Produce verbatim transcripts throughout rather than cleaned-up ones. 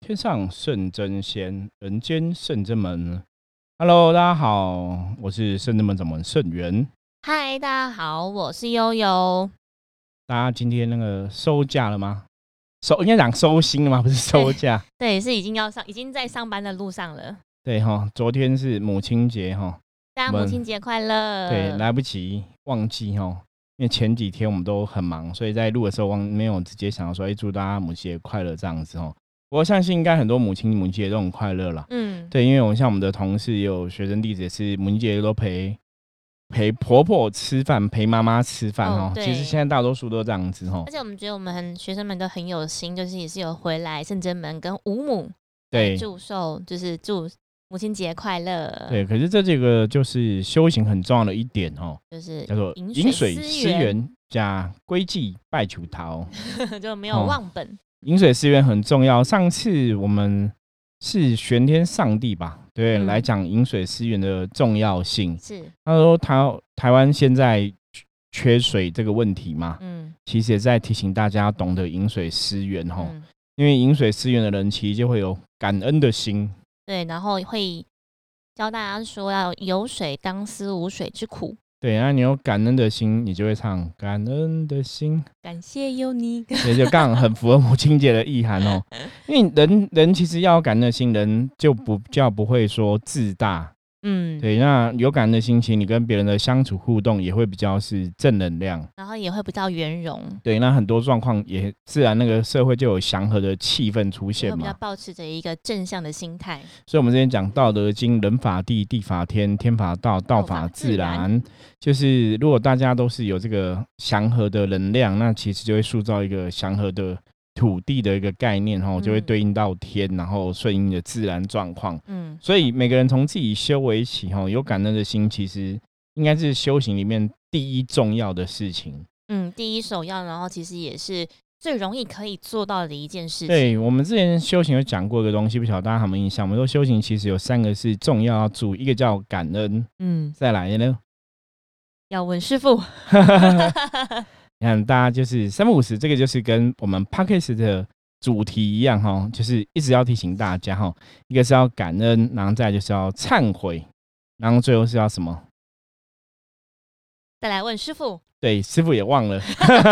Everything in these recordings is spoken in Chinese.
天上圣真仙，人间圣真门。Hello， 大家好，我是圣真门掌门圣元。 嗨，大家好，我是悠悠。 大家今天那个收假了吗？收应该讲收心了吗？不是收假。 对，是已经要上，已经在上班的路上了。 对哈，昨天是母亲节哈， 大家母亲节快乐。 对，来不及忘记哈，因为前几天我们都很忙，所以在录的时候忘没有直接想到说，哎，祝大家母亲节快乐这样子哈。我相信应该很多母亲母亲节都很快乐啦。嗯，对，因为我们像我们的同事也有学生弟子也是母亲节都陪陪婆婆吃饭，陪妈妈吃饭哦。其实现在大多数都这样子哦。 而且我们觉得我们很学生们都很有心，就是也是有回来圣真门跟五母对祝寿，就是祝母亲节快乐。 对，可是这这个就是修行很重要的一点哦， 就是叫做饮水思源加归忌拜求桃， 就没有忘本。哦， 饮水思源很重要。上次我们是玄天上帝吧，对，嗯、来讲饮水思源的重要性。 是， 他说台台湾现在缺水这个问题嘛，嗯，其实也在提醒大家懂得饮水思源哈、嗯，因为饮水思源的人其实就会有感恩的心， 对，然后会教大家说要有水当思无水之苦。 对，那你有感恩的心，你就会唱感恩的心， 感谢有你。 对，就刚好很符合母亲节的意涵哦。因为人人其实要有感恩的心，人就不叫不会说自大。嗯，对，那有感恩的心情，你跟别人的相处互动也会比较是正能量， 然后也会比较圆融。 对，那很多状况也自然那个社会就有祥和的气氛出现嘛， 会比较保持着一个正向的心态。 所以我们之前讲《道德经》，人法地，地法天，天法道，道法自然。就是如果大家都是有这个祥和的能量，那其实就会塑造一个祥和的土地的一个概念，嗯、就会对应到天，然后顺应的自然状况。嗯，所以每个人从自己修为起，有感恩的心，其实应该是修行里面第一重要的事情。 嗯，第一首要，然后其实也是最容易可以做到的一件事情。 对，我们之前修行有讲过一个东西，不晓得大家有没有印象？我们说修行其实有三个是重要要注意，一个叫感恩，嗯，再来呢要问师父。 你看，大家就是三不五时，这个就是跟我们 Podcast 的主题一样哈，就是一直要提醒大家哈，一个是要感恩，然后再来就是要忏悔，然后最后是要什么？ 再来问师父。对， 师父也忘了。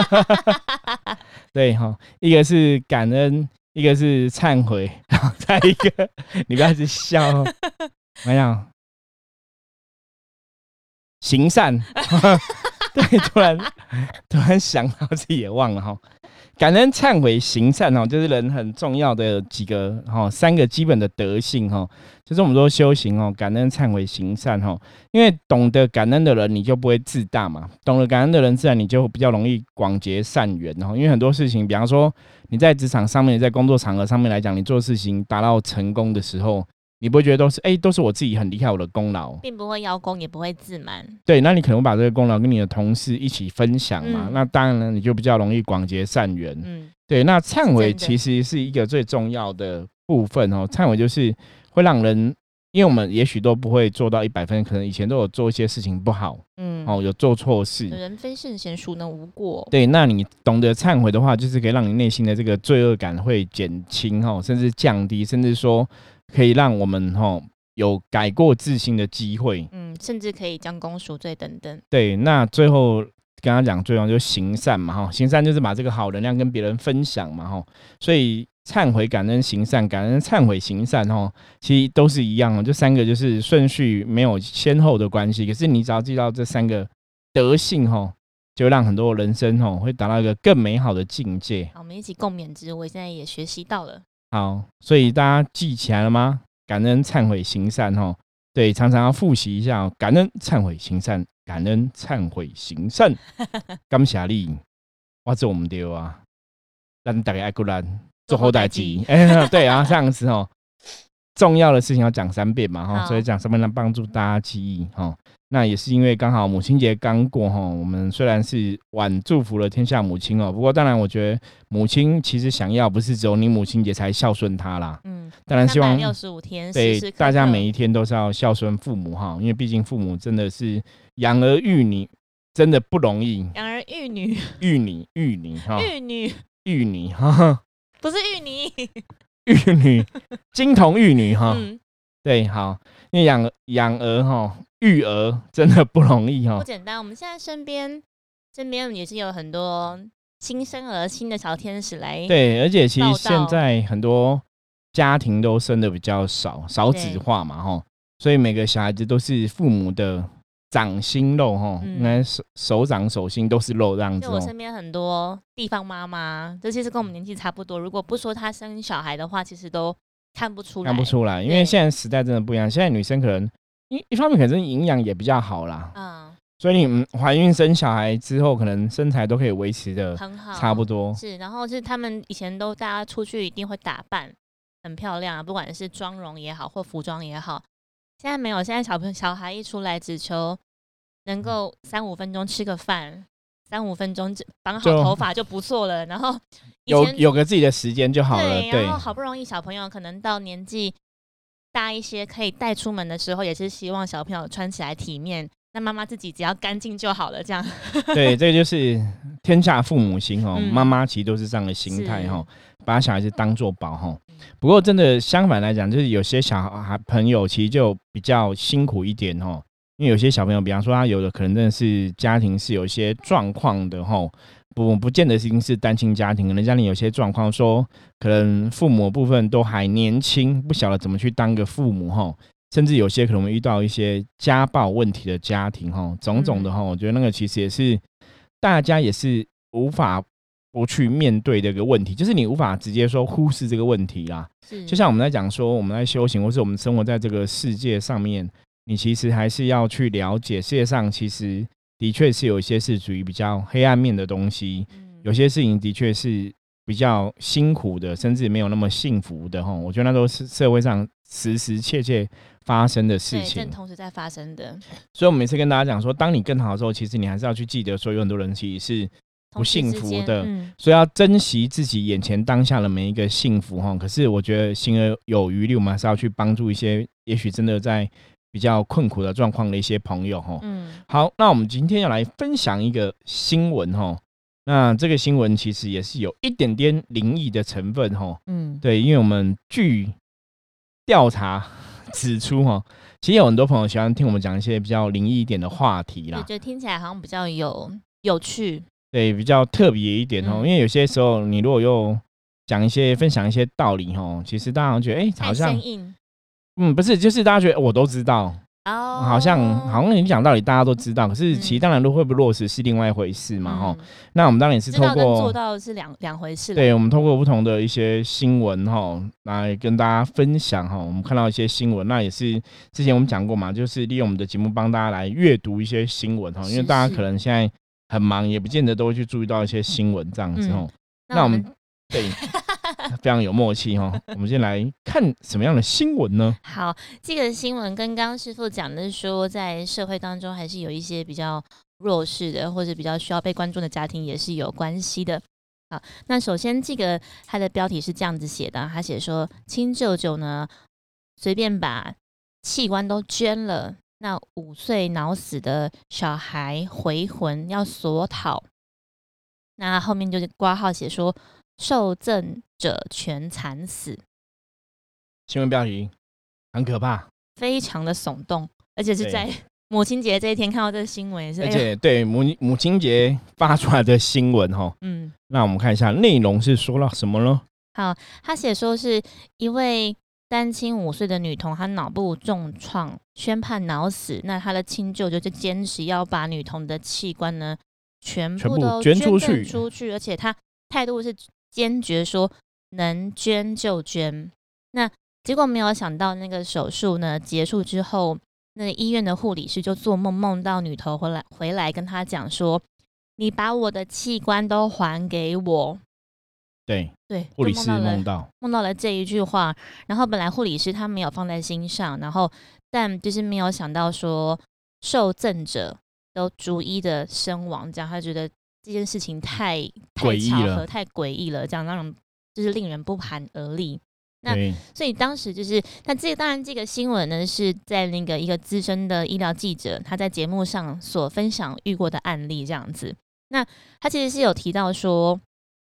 对哈，一个是感恩，一个是忏悔，然后再一个，你不要一直笑哦。我想行善。对，突然突然想到自己也忘了哈。感恩、忏悔、行善哈，就是人很重要的几个哈，三个基本的德性哈，就是我们说修行哦，感恩、忏悔、行善哈。因为懂得感恩的人，你就不会自大嘛；懂得感恩的人，自然你就比较容易广结善缘哈。因为很多事情，比方说你在职场上面，在工作场合上面来讲，你做事情达到成功的时候，你不会觉得都是哎、欸，都是我自己很厉害，我的功劳， 并不会邀功，也不会自满。 对，那你可能会把这个功劳跟你的同事一起分享嘛，嗯、那当然呢，你就比较容易广结善缘。嗯，对，那忏悔其实是一个最重要的部分哦。忏悔就是会让人，因为我们也许都不会做到一百分，可能以前都有做一些事情不好，嗯，哦，有做错事。 人非圣贤，孰能无过？ 对，那你懂得忏悔的话，就是可以让你内心的这个罪恶感会减轻哦，甚至降低，甚至说。可以让我们、哦、有改过自新的机会， 嗯，甚至可以将功赎罪等等。 对，那最后跟他讲，最重要就是行善嘛，行善就是把这个好能量跟别人分享嘛，所以忏悔、感恩、行善，感恩、忏悔、行善，其实都是一样，这三个就是顺序没有先后的关系。可是你只要记到这三个德性，就让很多人生会达到一个更美好的境界。 好，我们一起共勉之，我现在也学习到了。 好，所以大家记起来了吗？感恩、忏悔、行善哦，对，常常要复习一下哦。感恩、忏悔、行善，感恩、忏悔、行善。感谢你，我做唔对啊，咱大家爱过来做好代志。哎，对啊，这样子哦，重要的事情要讲三遍嘛哈，所以讲三遍来帮助大家记忆哈。那也是因为刚好母亲节刚过哈，我们虽然是晚祝福了天下母亲哦，不过当然我觉得母亲其实想要不是只有你母亲节才孝顺她啦，嗯，当然希望三百六十五天对时时刻刻大家每一天都是要孝顺父母哈，因为毕竟父母真的是养儿育女真的不容易， 养儿育女， 育女育女哈， 育女育女哈， 不是芋泥。 玉女，金童玉女哈。 嗯， 对，好，因为养养儿哈，育儿真的不容易哈， 不简单。我们现在身边身边也是有很多新生儿、新的小天使来， 对，而且其实现在很多家庭都生的比较少，少子化嘛哈，所以每个小孩子都是父母的掌心肉哈，应该手手掌手心都是肉这样子。 就我身边很多地方妈妈，这其实跟我们年纪差不多，如果不说她生小孩的话，其实都看不出来， 看不出来，因为现在时代真的不一样。现在女生可能一一方面可能营养也比较好啦，嗯，所以你怀孕生小孩之后，可能身材都可以维持的很好，差不多。 是，然后是他们以前都大家出去一定会打扮很漂亮啊，不管是妆容也好或服装也好。现在没有，现在小朋友小孩一出来只求能够三五分钟吃个饭，三五分钟绑好头发就不错了。然后有有个自己的时间就好了。 对，然后好不容易小朋友可能到年纪大一些，可以带出门的时候，也是希望小朋友穿起来体面。那妈妈自己只要干净就好了，这样。对， 这个就是天下父母心哦。妈妈其实都是这样的心态哈，把小孩子当作宝哈。不过真的相反来讲，就是有些小孩朋友其实就比较辛苦一点哈。因为有些小朋友，比方说他有的可能真的是家庭是有一些状况的哈，不不见得是是单亲家庭，可能家里有些状况，说可能父母的部分都还年轻，不晓得怎么去当个父母哈。甚至有些可能遇到一些家暴问题的家庭哈，种种的哈，我觉得那个其实也是大家也是无法不去面对的一个问题，就是你无法直接说忽视这个问题啦。就像我们在讲说我们在修行，或是我们生活在这个世界上面，你其实还是要去了解世界上其实的确是有一些是属于比较黑暗面的东西，有些事情的确是比较辛苦的，甚至没有那么幸福的。我觉得那都是社会上时时切切发生的事情， 对，同时在发生的。 所以我们每次跟大家讲说，当你更好的时候，其实你还是要去记得说，有很多人其实是不幸福的，嗯、所以要珍惜自己眼前当下的每一个幸福哈。可是我觉得行而有余力，我们还是要去帮助一些也许真的在比较困苦的状况的一些朋友哈。嗯，好，那我们今天要来分享一个新闻哈。那这个新闻其实也是有一点点灵异的成分哈。嗯，对，因为我们据调查指出哈，其实有很多朋友喜欢听我们讲一些比较灵异一点的话题啦， 我觉得听起来好像比较有有趣， 对，比较特别一点哦。嗯、因为有些时候你如果又讲一些分享一些道理哈，其实大家觉得哎、欸，好像嗯不是，就是大家觉得我都知道哦，好像好像你讲道理大家都知道，可是其实当然都会不会落实是另外一回事嘛哈、嗯。那我们当然也是透过做到是两两回事， 对，我们透过不同的一些新闻哈，来跟大家分享哈。我们看到一些新闻，那也是之前我们讲过嘛，就是利用我们的节目帮大家来阅读一些新闻哈，因为大家可能现在很忙，也不见得都会去注意到一些新闻这样子哈、嗯。那我们对非常有默契哈。我们先来看什么样的新闻呢？ 好，这个新闻跟刚刚师父讲的说，在社会当中还是有一些比较弱势的，或者比较需要被关注的家庭也是有关系的。好，那首先这个它的标题是这样子写的，他写说亲舅舅呢随便把器官都捐了，那五岁脑死的小孩回魂要索讨，那后面就是括号写说受赠者全惨死。 新闻标题很可怕， 非常的耸动，而且是在母亲节这一天看到这个新闻，也是而且对母母亲节发出来的新闻哈。嗯，那我们看一下内容是说了什么呢？ 好，他写说是一位单亲五岁的女童，她脑部重创，宣判脑死。那她的亲舅舅就坚持要把女童的器官呢全部都捐出去，出去，而且他态度是坚决说能捐就捐。那结果没有想到，那个手术呢结束之后，那医院的护理师就做梦，梦到女童回来，回来跟他讲说：“你把我的器官都还给我。” 对对， 护理师梦到梦到了这一句话，然后本来护理师他没有放在心上，然后但就是没有想到说受赠者都逐一的身亡，这样他觉得这件事情太太巧合、太诡异了，这样让人就是令人不寒而栗。那所以当时就是，那这个当然这个新闻呢是在那个一个资深的医疗记者他在节目上所分享遇过的案例这样子。那他其实是有提到说，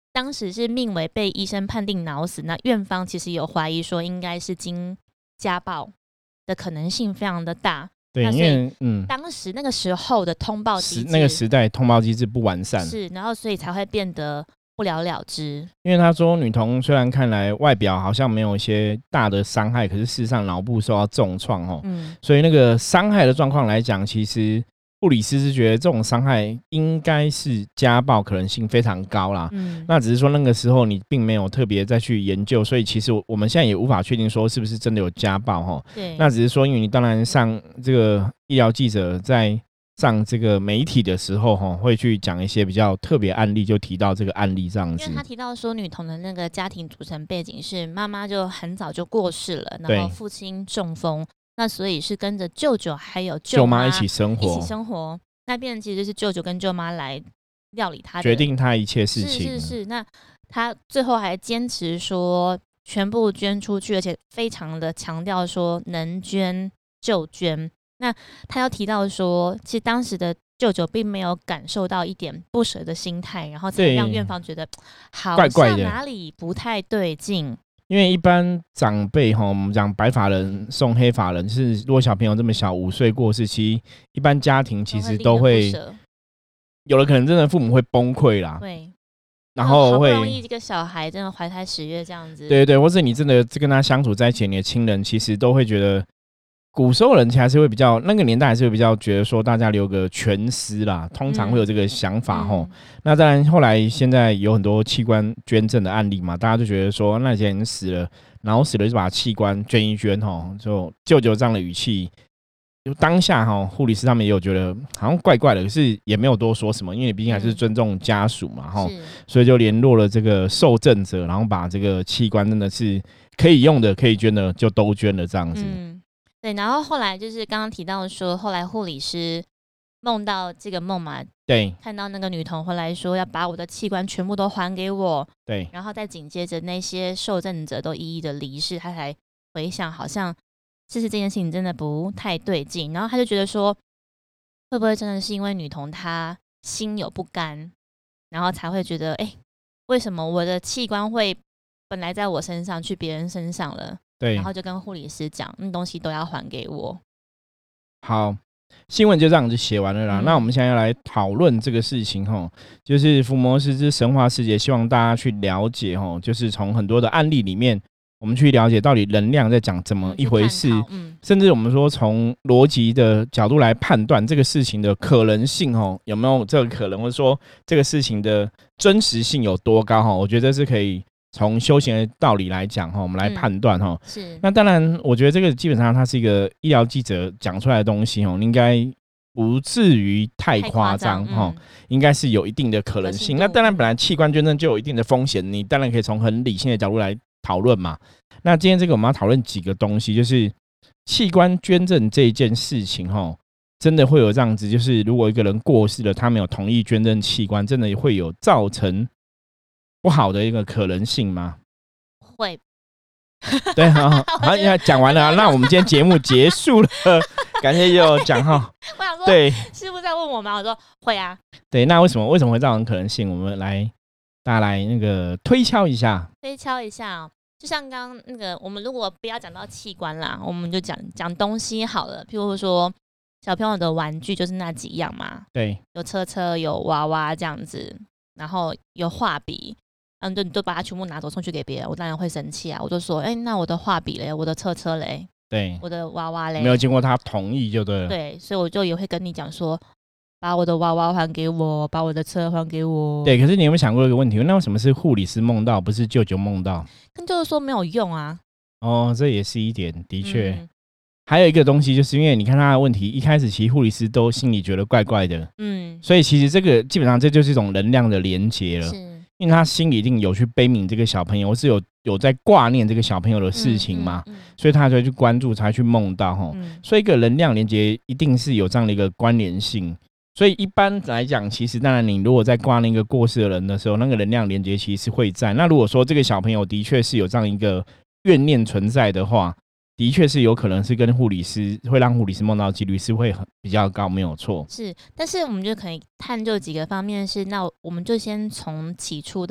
当时是命为被医生判定脑死，那院方其实有怀疑说应该是经家暴的可能性非常的大。 对，因为嗯， 当时那个时候的通报机制， 那个时代通报机制不完善， 是，然后所以才会变得不了了之。 因为他说女童虽然看来外表好像没有一些大的伤害，可是事实上脑部受到重创哦，嗯，所以那个伤害的状况来讲，其实护理师是觉得这种伤害应该是家暴可能性非常高啦，嗯，那只是说那个时候你并没有特别再去研究，所以其实我们现在也无法确定说是不是真的有家暴齁。 对， 那只是说因为你当然上这个医疗记者在上这个媒体的时候齁，会去讲一些比较特别案例，就提到这个案例这样子。 因为他提到说女童的那个家庭组成背景是妈妈就很早就过世了，然后父亲中风，那所以是跟着舅舅还有舅妈一起生活， 一起生活。那变成其实是舅舅跟舅妈来料理他的， 决定他一切事情。 是是是。那他最后还坚持说全部捐出去，而且非常的强调说能捐就捐。那他要提到说，其实当时的舅舅并没有感受到一点不舍的心态，然后才让院方觉得好像哪里不太对劲。 因为一般长辈哈，我们讲白发人送黑发人，是如果小朋友这么小五岁过世，其实一般家庭其实都会有的可能真的父母会崩溃啦， 对， 然后会好不容易一个小孩真的怀胎十月这样子， 对对对，或者你真的跟他相处在一起，你的亲人其实都会觉得。古时候人其实还是会比较，那个年代还是会比较觉得说大家留个全尸啦，通常会有这个想法齁、嗯。那当然后来现在有很多器官捐赠的案例嘛，大家就觉得说那些人死了，然后死了就把器官捐一捐齁，就舅舅这样的语气，就当下齁护理师他们也有觉得好像怪怪的，可是也没有多说什么，因为你毕竟还是尊重家属嘛齁、嗯，所以就联络了这个受赠者，然后把这个器官真的是可以用的、可以捐的就都捐了这样子。嗯对，然后后来就是刚刚提到说，后来护理师梦到这个梦嘛， 对， 看到那个女童回来说要把我的器官全部都还给我， 对， 然后再紧接着那些受赠者都一一的离世，他才回想好像其实这件事情真的不太对劲，然后他就觉得说，会不会真的是因为女童她心有不甘，然后才会觉得，哎，为什么我的器官会本来在我身上去别人身上了？ 对， 然后就跟护理师讲，那东西都要还给我。 好，新闻就这样就写完了啦。嗯、那我们现在要来讨论这个事情齁，就是伏魔师之神话世界，希望大家去了解齁，就是从很多的案例里面，我们去了解到底能量在讲怎么一回事，嗯、甚至我们说从逻辑的角度来判断这个事情的可能性齁，有没有这个可能，或者说这个事情的真实性有多高齁？我觉得是可以。从修行的道理来讲，我们来判断、嗯、 是。 那当然，我觉得这个基本上它是一个医疗记者讲出来的东西，应该不至于太夸张、嗯，应该是有一定的可能性。那当然，本来器官捐赠就有一定的风险，你当然可以从很理性的角度来讨论嘛。那今天这个我们要讨论几个东西，就是器官捐赠这一件事情，真的会有这样子，就是如果一个人过世了，他没有同意捐赠器官，真的会有造成不好的一个可能性吗？ 会， 对，好，好，讲完了、啊，那我们今天节目结束了，感谢又讲哈。 我想说， 对， 师傅在问我吗？我说会啊。 对，那为什么为什么会造成可能性？我们来大家来那个推敲一下， 推敲一下、哦，就像刚刚那个，我们如果不要讲到器官啦，我们就讲讲东西好了，譬如说小朋友的玩具就是那几样嘛， 对， 有车车，有娃娃这样子，然后有画笔。嗯，对，你都把它全部拿走送去给别人，我当然会生气啊！我就说，哎、欸，那我的画笔嘞，我的车车嘞， 对， 我的娃娃嘞， 没有经过他同意就对了。 对，所以我就也会跟你讲说，把我的娃娃还给我，把我的车还给我。 对，可是你有没有想过一个问题？那为什么是护理师梦到，不是舅舅梦到？ 跟就是说没有用啊。 哦，这也是一点，的确。嗯、还有一个东西，就是因为你看他的问题，一开始其实护理师都心里觉得怪怪的，嗯，所以其实这个基本上这就是一种能量的连结了。是。因为他心里一定有去悲悯这个小朋友，或是有有在挂念这个小朋友的事情嘛，嗯嗯嗯、所以他才会去关注，才去梦到齁、嗯。所以一个能量连接一定是有这样的一个关联性。所以一般来讲，其实当然你如果在挂念一个过世的人的时候，那个能量连接其实是会在。那如果说这个小朋友的确是有这样一个怨念存在的话，的确是有可能是跟护理师会让护理师梦到的几率是会很比较高，没有错。 是，但是我们就可以探究几个方面是，那我们就先从起初的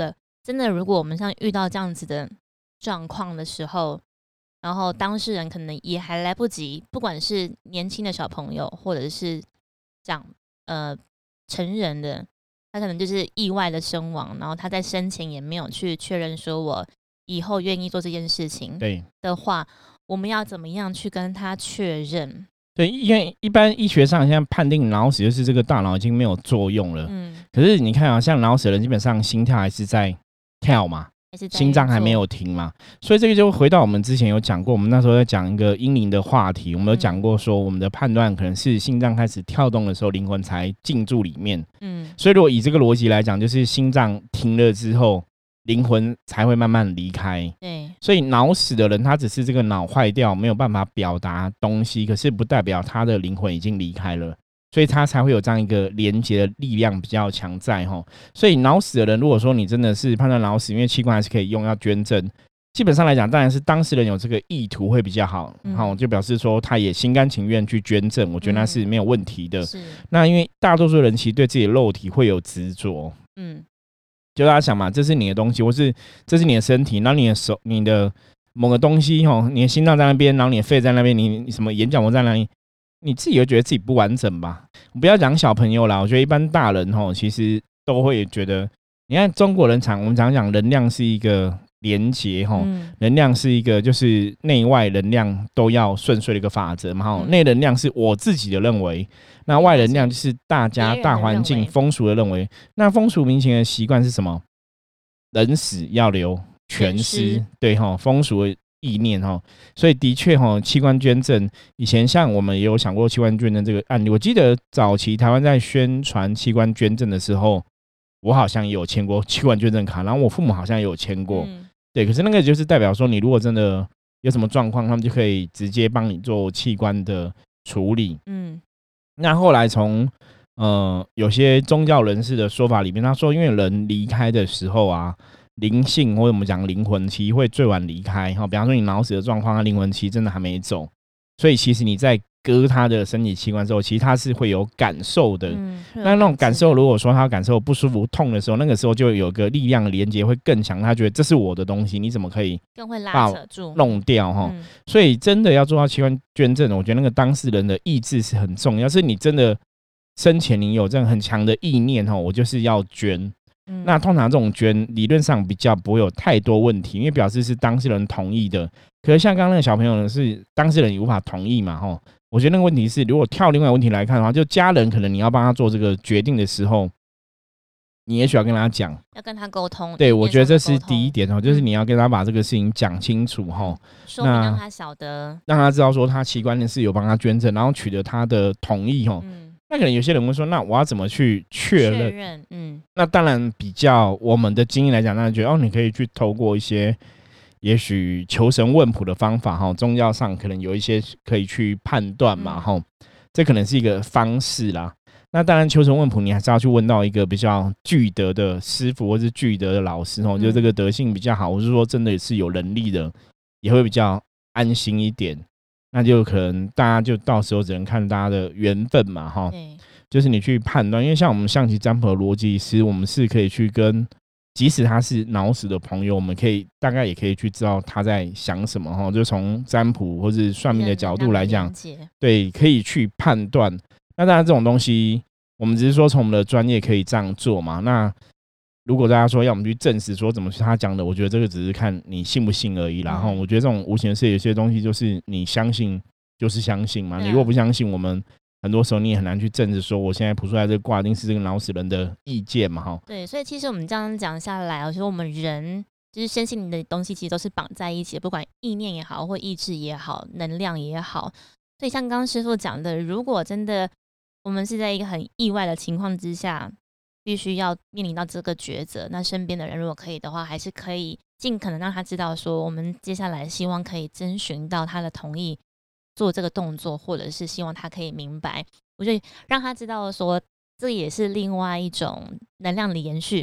真的，如果我们像遇到这样子的状况的时候，然后当事人可能也还来不及，不管是年轻的小朋友，或者是长呃成人的，他可能就是意外的身亡，然后他在生前也没有去确认说我以后愿意做这件事情对的话，我们要怎么样去跟他确认？ 对，因为一般医学上现在判定脑死就是这个大脑已经没有作用了。 嗯， 可是你看啊，像脑死的人基本上心跳还是在跳嘛， 还是在心脏还没运作有停嘛，所以这个就回到我们之前有讲过，我们那时候在讲一个婴灵的话题，我们有讲过说我们的判断可能是心脏开始跳动的时候，灵魂才进驻里面。 嗯， 所以如果以这个逻辑来讲，就是心脏停了之后，灵魂才会慢慢离开。 对， 所以脑死的人，他只是这个脑坏掉，没有办法表达东西，可是不代表他的灵魂已经离开了，所以他才会有这样一个连接的力量比较强在齁。所以脑死的人，如果说你真的是判断脑死，因为器官还是可以用，要捐赠，基本上来讲，当然是当事人有这个意图会比较好，好、嗯、就表示说他也心甘情愿去捐赠，我觉得那是没有问题的。 是， 那因为大多数人其实对自己的肉体会有执着，嗯。就大家想嘛，这是你的东西，或是这是你的身体，然后你的手、你的某个东西，你的心脏在那边，然后你的肺在那边，你你什么眼角膜在那里，你自己会觉得自己不完整吧？不要讲小朋友啦，我觉得一般大人其实都会觉得，你看中国人常我们常讲能量是一个连结齁，嗯、能量是一个就是内外能量都要顺遂的一个法则嘛齁，内、嗯、能量是我自己的认为。那外能量就是大家大环境风俗的认为，那风俗民情的习惯是什么？人死要留全尸，对齁，风俗的意念齁，所以的确齁，器官捐赠以前像我们也有想过器官捐赠这个案例，我记得早期台湾在宣传器官捐赠的时候，我好像也有签过器官捐赠卡，然后我父母好像也有签过，嗯、对，可是那个就是代表说，你如果真的有什么状况，他们就可以直接帮你做器官的处理，嗯。那后来从呃有些宗教人士的说法里面，他说因为人离开的时候啊，灵性或者我们讲灵魂其实会最晚离开，比方说你脑死的状况，他灵魂其实真的还没走，所以其实你在割他的身体器官之后，其实他是会有感受的。嗯、那那种感受，如果说他感受不舒服、痛的时候，那个时候就有个力量的连接会更强，他觉得这是我的东西，你怎么可以更会拉扯住、 弄掉哈？嗯、所以真的要做到器官捐赠，我觉得那个当事人的意志是很重要。是你真的生前你有这样很强的意念哈，我就是要捐。嗯、那通常这种捐理论上比较不会有太多问题，因为表示是当事人同意的。可是像刚刚那个小朋友呢，是当事人也无法同意嘛哈。我觉得那个问题是，如果跳另外一个问题来看的话，就家人可能你要帮他做这个决定的时候，你也许要跟他讲， 要跟他沟通。 对，我觉得这是第一点哦，就是你要跟他把这个事情讲清楚哈， 说明让他晓得， 让他知道说他器官是有帮他捐赠，然后取得他的同意哈。嗯、那可能有些人会说，那我要怎么去确认？ 确认，嗯， 那当然比较我们的经验来讲，那觉得哦，你可以去透过一些。也许求神问卜的方法，宗教上可能有一些可以去判断嘛，嗯、这可能是一个方式啦。那当然求神问卜你还是要去问到一个比较具德的师傅或是具德的老师，嗯、就这个德性比较好，或是说真的是有能力的，也会比较安心一点。那就可能大家就到时候只能看大家的缘分嘛，就是你去判断。因为像我们象棋占卜的逻辑师，我们是可以去跟即使他是脑死的朋友，我们可以大概也可以去知道他在想什么，就从占卜或是算命的角度来讲，对，可以去判断。那当然这种东西我们只是说从我们的专业可以这样做嘛。那如果大家说要我们去证实说怎么是他讲的，我觉得这个只是看你信不信而已啦。嗯、我觉得这种无形的事，有些东西就是你相信就是相信嘛，你如果不相信，我们很多时候你也很难去证实说我现在卜出来这个卦一定是这个脑死人的意见嘛，哈。 对，所以其实我们这样讲下来，我觉得我们人就是身心灵的东西，其实都是绑在一起的，不管意念也好，或意志也好，能量也好。所以像刚刚师父讲的，如果真的我们是在一个很意外的情况之下，必须要面临到这个抉择，那身边的人如果可以的话，还是可以尽可能让他知道说，我们接下来希望可以征询到他的同意。做这个动作，或者是希望他可以明白，我觉得让他知道说，这也是另外一种能量的延续。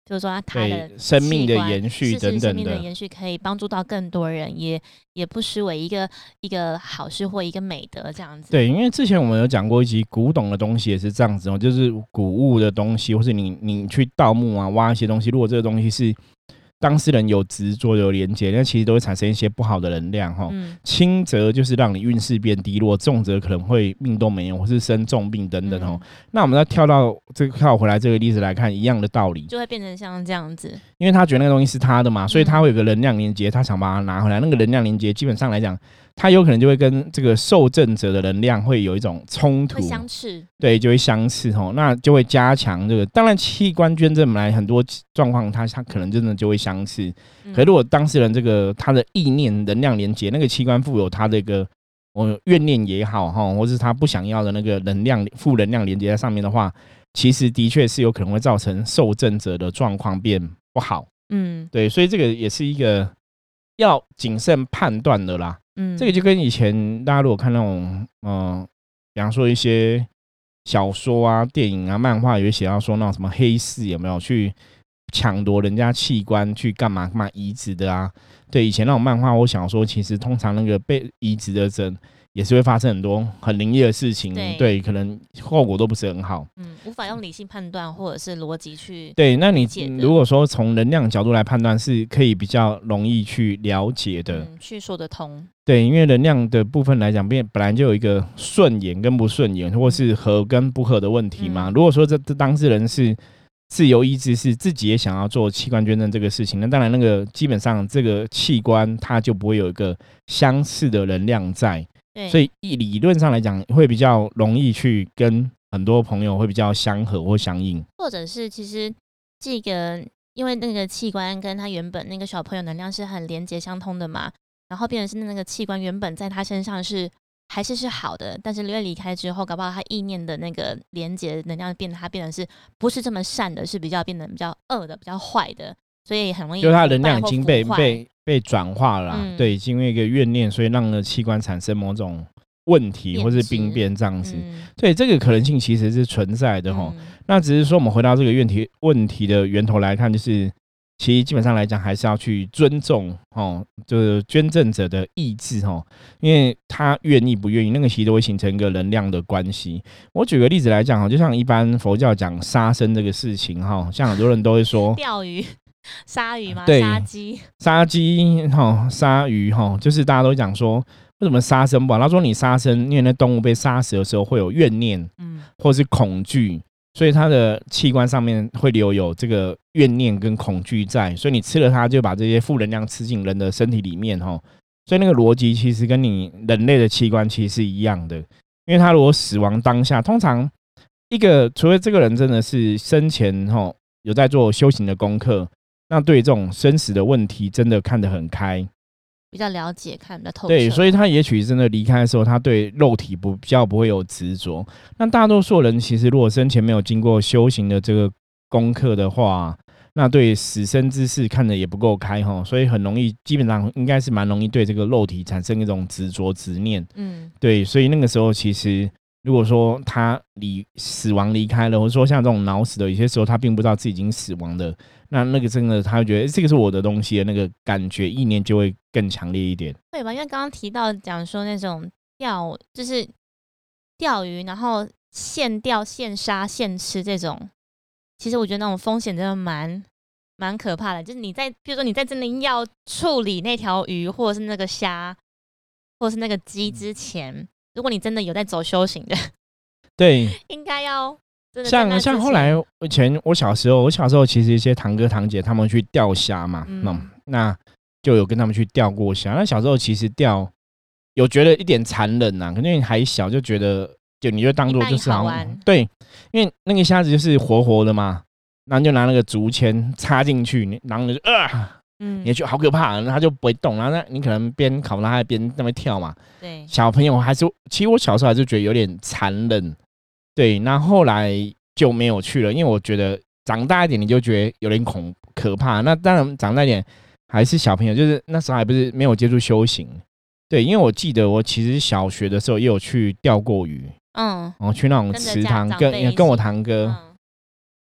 比如说他的生命的延续等等的， 是是生命的延续可以帮助到更多人，也也不失为一个一个好事或一个美德这样子。 对，因为之前我们有讲过一集古董的东西也是这样子哦，就是古物的东西，或是你你去盗墓啊挖一些东西，如果这个东西是当事人有执着有连结，那其实都会产生一些不好的能量哈。嗯、轻则就是让你运势变低落，重则可能会命都没有，或是生重病等等哦。嗯、那我们再跳到这个跳回来这个例子来看，一样的道理， 就会变成像这样子。 因为他觉得那个东西是他的嘛，所以他会有个能量连接，他想把它拿回来。那个能量连接基本上来讲，他有可能就会跟这个受赠者的能量会有一种冲突， 会相斥， 对，就会相斥哦，那就会加强这个。当然，器官捐赠来很多状况，他他可能真的就会相斥。嗯、可是如果当事人这个他的意念能量连接，那个器官富有他的一个哦怨念也好哈，或是他不想要的那个能量负能量连接在上面的话，其实的确是有可能会造成受赠者的状况变不好。嗯，对，所以这个也是一个要谨慎判断的啦。嗯，这个就跟以前大家如果看那种，嗯、呃，比方说一些小说啊、电影啊、漫画，有写到说那种什么黑市有没有去抢夺人家器官去干嘛干嘛移植的啊？对，以前那种漫画，我想说，其实通常那个被移植的人也是会发生很多很灵异的事情， 对, 对，可能后果都不是很好， 嗯，无法用理性判断或者是逻辑去对。那你如果说从能量角度来判断，是可以比较容易去了解的， 嗯，去说得通。 对，因为能量的部分来讲，本来就有一个顺眼跟不顺眼，或是合跟不合的问题嘛。嗯、如果说这这当事人是自由意志，是自己也想要做器官捐赠这个事情，那当然那个基本上这个器官它就不会有一个相似的能量在。所以理论上来讲，会比较容易去跟很多朋友会比较相合或相应， 或者是其实这个因为那个器官跟他原本那个小朋友能量是很连结相通的嘛，然后变成是那个器官原本在他身上是还是是好的，但是因为离开之后，搞不好他意念的那个连结能量变得他变得是不是这么善的，是比较变得比较恶的、比较坏的，所以很容易就他的能量已经被被。被转化了啦、嗯、对，因为一个怨念，所以让了器官产生某种问题或是病变这样子、嗯、对，这个可能性其实是存在的、嗯、那只是说我们回到这个问题问题的源头来看，就是其实基本上来讲还是要去尊重、哦、就是捐赠者的意志、哦、因为他愿意不愿意，那个其实都会形成一个能量的关系。我举个例子来讲，就像一般佛教讲杀生这个事情，像很多人都会说钓鱼杀鱼吗？ 对， 杀鸡， 杀鸡哈，杀鱼哈，就是大家都讲说，为什么杀生不好？他说你杀生，因为那动物被杀死的时候会有怨念，嗯，或是恐惧，所以它的器官上面会留有这个怨念跟恐惧在，所以你吃了它，就把这些负能量吃进人的身体里面哈。所以那个逻辑其实跟你人类的器官其实是一样的，因为他如果死亡当下，通常一个除非这个人真的是生前哈有在做修行的功课。那对这种生死的问题真的看得很开， 比较了解，看得透彻。 对，所以他也许真的离开的时候，他对肉体不比较不会有执着。那大多数人其实如果生前没有经过修行的这个功课的话，那对死生之事看得也不够开齁，所以很容易，基本上应该是蛮容易对这个肉体产生一种执着执念。嗯，对，所以那个时候其实。如果说他离死亡离开了，或者说像这种脑死的，有些时候他并不知道自己已经死亡的，那那个真的他会觉得这个是我的东西的那个感觉意念就会更强烈一点， 对吧？因为刚刚提到讲说那种钓就是钓鱼，然后现钓现杀现吃这种，其实我觉得那种风险真的蛮蛮可怕的。就是你在比如说你在真的要处理那条鱼或者是那个虾或者是那个鸡之前，如果你真的有在走修行的， 对， 应该要真的像像后来以前我小时候，我小时候其实一些堂哥堂姐他们去钓虾嘛，嗯嗯、那就有跟他们去钓过虾。那小时候其实钓有觉得一点残忍呐、啊，可能你还小就觉得，就你就当做就是好像对，因为那个虾子就是活活的嘛，然后就拿那个竹签插进去，然后就啊。嗯，你就好可怕，他就不会动，然后你可能边烤它还边那边跳嘛。 对， 小朋友还是，其实我小时候还是觉得有点残忍。对，那后来就没有去了，因为我觉得长大一点你就觉得有点恐可怕。那当然长大一点还是小朋友，就是那时候还不是没有接触修行。对，因为我记得我其实小学的时候也有去钓过鱼，嗯，然后去那种池塘跟跟我堂哥。嗯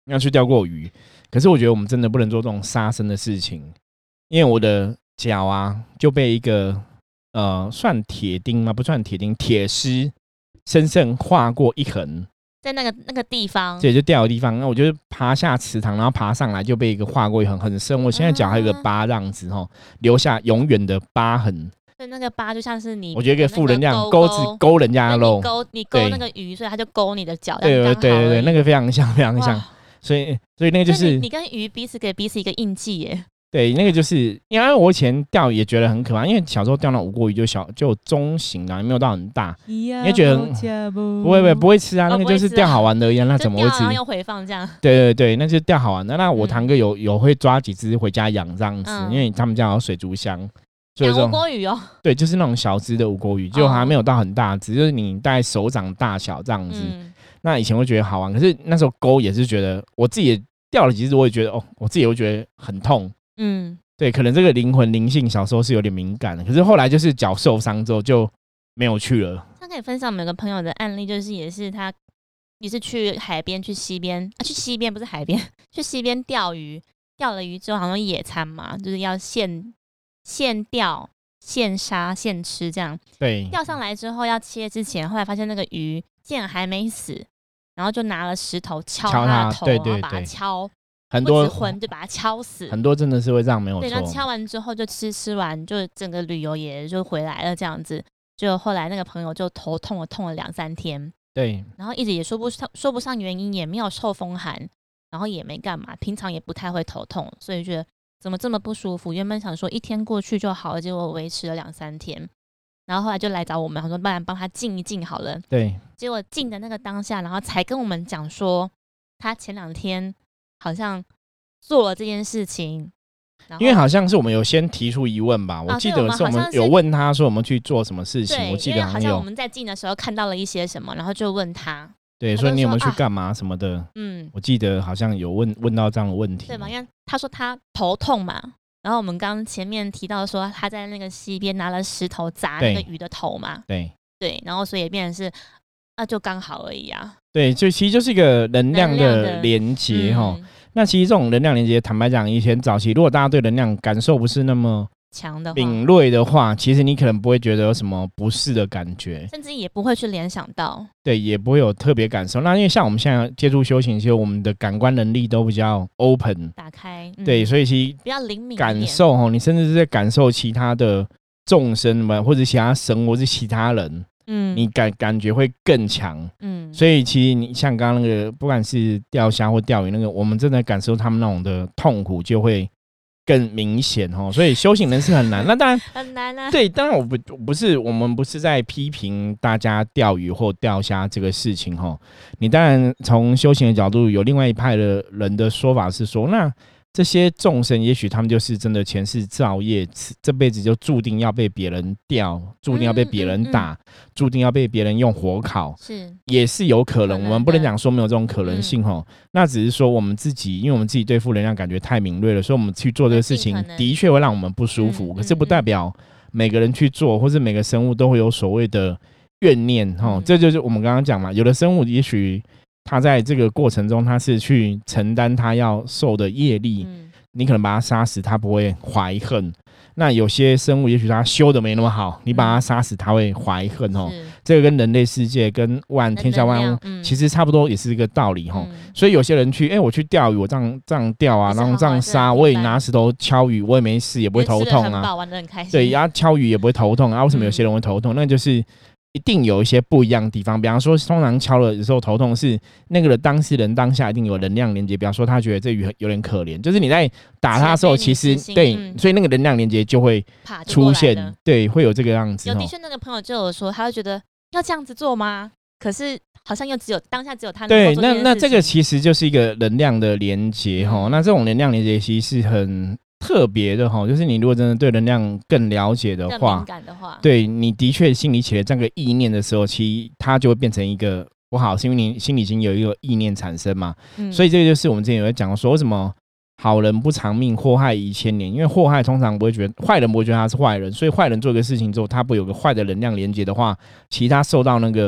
要去钓过鱼，可是我觉得我们真的不能做这种杀生的事情，因为我的脚啊就被一个呃算铁钉吗？不算铁钉，铁丝深深划过一痕。 在那个那个地方， 对，就掉的地方，那我就是爬下池塘，然后爬上来就被一个划过一痕，很深。我现在脚还有个疤，这样子哈，留下永远的疤痕。 对，那个疤就像是你， 我觉得一个负能量钩钩子勾人家的肉， 你勾你勾那个鱼，所以它就勾你的脚。 对对对对对，那个非常像，非常像。所以所以那个就是你, 你跟鱼彼此给彼此一个印记耶。 对，那个就是因为我以前钓也觉得很可怕，因为小时候钓那五锅鱼就小就中型啊，没有到很大，你也觉得不会不会不会吃啊，那个就是钓好玩的一样，那怎么会吃？ 然后又回放这样。 对对对，那就是钓好玩的。那我堂哥有有会抓几只回家养这样子，因为他们家有水族箱， 养五锅鱼哦。 对，就是那种小只的五锅鱼，就还没有到很大只，就是你大概手掌大小这样子。那以前会觉得好玩，可是那时候钩也是觉得我自己也钓了几只，我也觉得哦，我自己也会觉得很痛。嗯。对，可能这个灵魂灵性小时候是有点敏感的，可是后来就是脚受伤之后就没有去了。 他可以分享我们有个朋友的案例，就是也是他也是去海边去溪边啊，去溪边不是海边，去溪边钓鱼，钓了鱼之后好像野餐嘛，就是要现现钓现杀现吃这样。 对， 钓上来之后要切之前，后来发现那个鱼竟然还没死，然后就拿了石头敲他的头， 对对对， 然后把它敲。 很多魂就把它敲死， 很多真的是会这样，没有错。 对，然后敲完之后就吃吃完，就整个旅游也就回来了，这样子。就后来那个朋友就头痛了，痛了两三天。 对， 然后一直也说不上说不上原因，也没有受风寒，然后也没干嘛，平常也不太会头痛，所以觉得怎么这么不舒服？原本想说一天过去就好了，结果维持了两三天。然后后来就来找我们，他说不然帮他静一静好了。 对， 结果静的那个当下，然后才跟我们讲说，他前两天好像做了这件事情， 因为好像是我们有先提出疑问吧，我记得是我们有问他说我们去做什么事情，我记得好像我们在进的时候看到了一些什么，然后就问他， 对，说你有没有去干嘛什么的，嗯，我记得好像有问问到这样的问题， 对嘛？因为他说他头痛嘛，然后我们刚前面提到说他在那个溪边拿了石头砸那个鱼的头嘛， 对对，然后所以变成是啊，就刚好而已啊， 对，就其实就是一个能量的连结哈。嗯，那其实这种能量连接，坦白讲，以前早期如果大家对能量感受不是那么强的敏锐的话，其实你可能不会觉得有什么不适的感觉， 甚至也不会去联想到， 对，也不会有特别感受。那因为像我们现在接触修行，其实我们的感官能力都比较 open 打开， 嗯，对，所以其实比较灵敏感受哈，你甚至是在感受其他的众生们，或者其他神，或是其他人。嗯，你感感觉会更强，嗯，所以其实你像刚刚那个，不管是钓虾或钓鱼那个，我们真的感受他们那种的痛苦就会更明显哦。所以修行人是很难，那当然很难啊。 对，当然我不不是我们不是在批评大家钓鱼或钓虾这个事情哈。你当然从修行的角度，有另外一派的人的说法是说，那这些众生也许他们就是真的前世造业，这辈子就注定要被别人钓，注定要被别人打，嗯嗯嗯，注定要被别人用火烤，是也是有可能，我们不能讲说没有这种可能性，嗯，那只是说我们自己，因为我们自己对负能量感觉太敏锐了，所以我们去做这个事情的确会让我们不舒服，嗯嗯嗯，可是不代表每个人去做或是每个生物都会有所谓的怨念，嗯，这就是我们刚刚讲嘛，有的生物也许他在这个过程中，他是去承担他要受的业力，嗯，你可能把他杀死，他不会怀恨。那有些生物，也许他修的没那么好，你把他杀死，他会怀恨哦。这个跟人类世界、跟万天下万物，嗯，其实差不多，也是一个道理哈，嗯。所以有些人去，哎，欸，我去钓鱼，我这样这样钓啊，然后这样杀，我也拿石头敲鱼，我也没事，也不会头痛啊。 玩得很开心。 对，然后敲鱼也不会头痛啊。为什么有些人会头痛？嗯，那就是一定有一些不一样的地方，比方说通常敲了有时候头痛是那个的当事人当下一定有能量连接，比方说他觉得这鱼有点可怜，就是你在打他的时候其实对，嗯，所以那个能量连接就会出现，对，会有这个样子。 有的确那个朋友就有说，他会觉得要这样子做吗？可是好像又只有当下只有他能够做这件事情。 对，那那这个其实就是一个能量的连接，嗯，那这种能量连接其实是很特别的哈，就是你如果真的对能量更了解的话， 更敏感的话， 对，你的确心里起了这个意念的时候，其实它就会变成一个不好，是因为你心里已经有一个意念产生嘛，嗯，所以这个就是我们之前有在讲说，为什么好人不长命，祸害一千年？因为祸害通常不会觉得坏人不会觉得他是坏人，所以坏人做一个事情之后，他不有个坏的能量连接的话，其他受到那个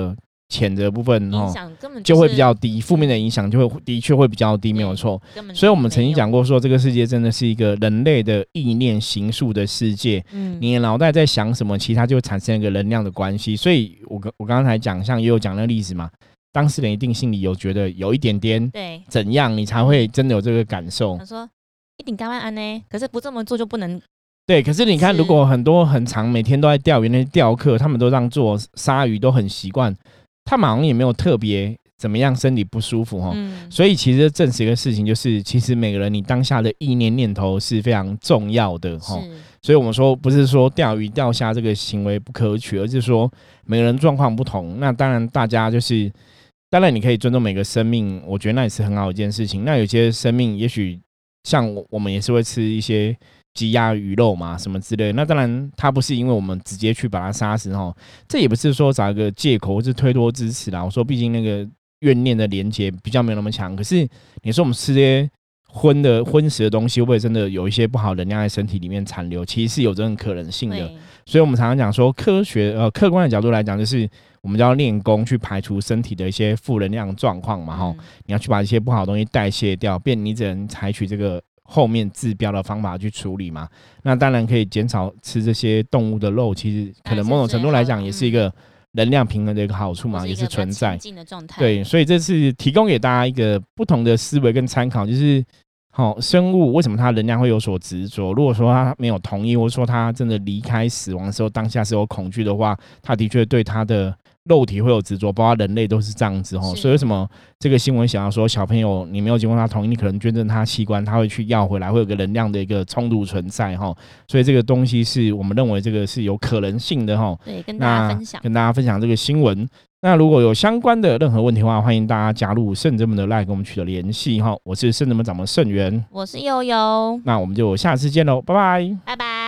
谴责部分影响根本就会比较低，负面的影响就会的确会比较低，没有错。所以我们曾经讲过说，这个世界真的是一个人类的意念形塑的世界。嗯，你的脑袋在想什么，其实它就会产生一个能量的关系。所以我我刚才讲，像也有讲那个例子嘛，当事人一定心里有觉得有一点点对怎样，你才会真的有这个感受。 他说一定干嘛安呢？可是不这么做就不能。 对，可是你看，如果很多很长每天都在钓鱼那些钓客，他们都这样做，鲨鱼都很习惯，他们好像也没有特别怎么样，身体不舒服、嗯、所以其实证实一个事情，就是其实每个人你当下的意念念头是非常重要的。所以我们说不是说钓鱼钓虾这个行为不可取，而是说每个人状况不同。那当然大家就是当然你可以尊重每个生命，我觉得那也是很好的一件事情。那有些生命也许像我们也是会吃一些鸡鸭鱼肉嘛什么之类的，那当然它不是因为我们直接去把它杀死，这也不是说找一个借口或是推脱支持啦。我说毕竟那个怨念的连结比较没有那么强，可是你说我们吃这些荤的荤食的东西会不会真的有一些不好能量在身体里面残留，其实是有这种可能性的。所以我们常常讲说科学呃客观的角度来讲，就是我们就要练功去排除身体的一些负能量状况嘛、嗯、你要去把一些不好的东西代谢掉，变你只能采取这个后面治标的方法去处理嘛。那当然可以减少吃这些动物的肉，其实可能某种程度来讲也是一个能量平衡的一个好处嘛，也是存在。对，所以这是提供给大家一个不同的思维跟参考，就是好、哦、生物为什么它能量会有所执着？如果说它没有同意，或者说它真的离开死亡的时候，当下是有恐惧的话，它的确对它的肉体会有执着，包括人类都是这样子。所以为什么这个新闻想要说小朋友你没有经过他同意，你可能捐赠他器官，他会去要回来，会有个能量的一个冲突存在。所以这个东西是我们认为这个是有可能性的。 对，跟大家分享跟大家分享这个新闻。那如果有相关的任何问题的话，欢迎大家加入圣真门的 LINE 跟我们取得联系。我是圣真门掌门圣元， 我是悠悠， 那我们就下次见喽，拜拜， 拜拜。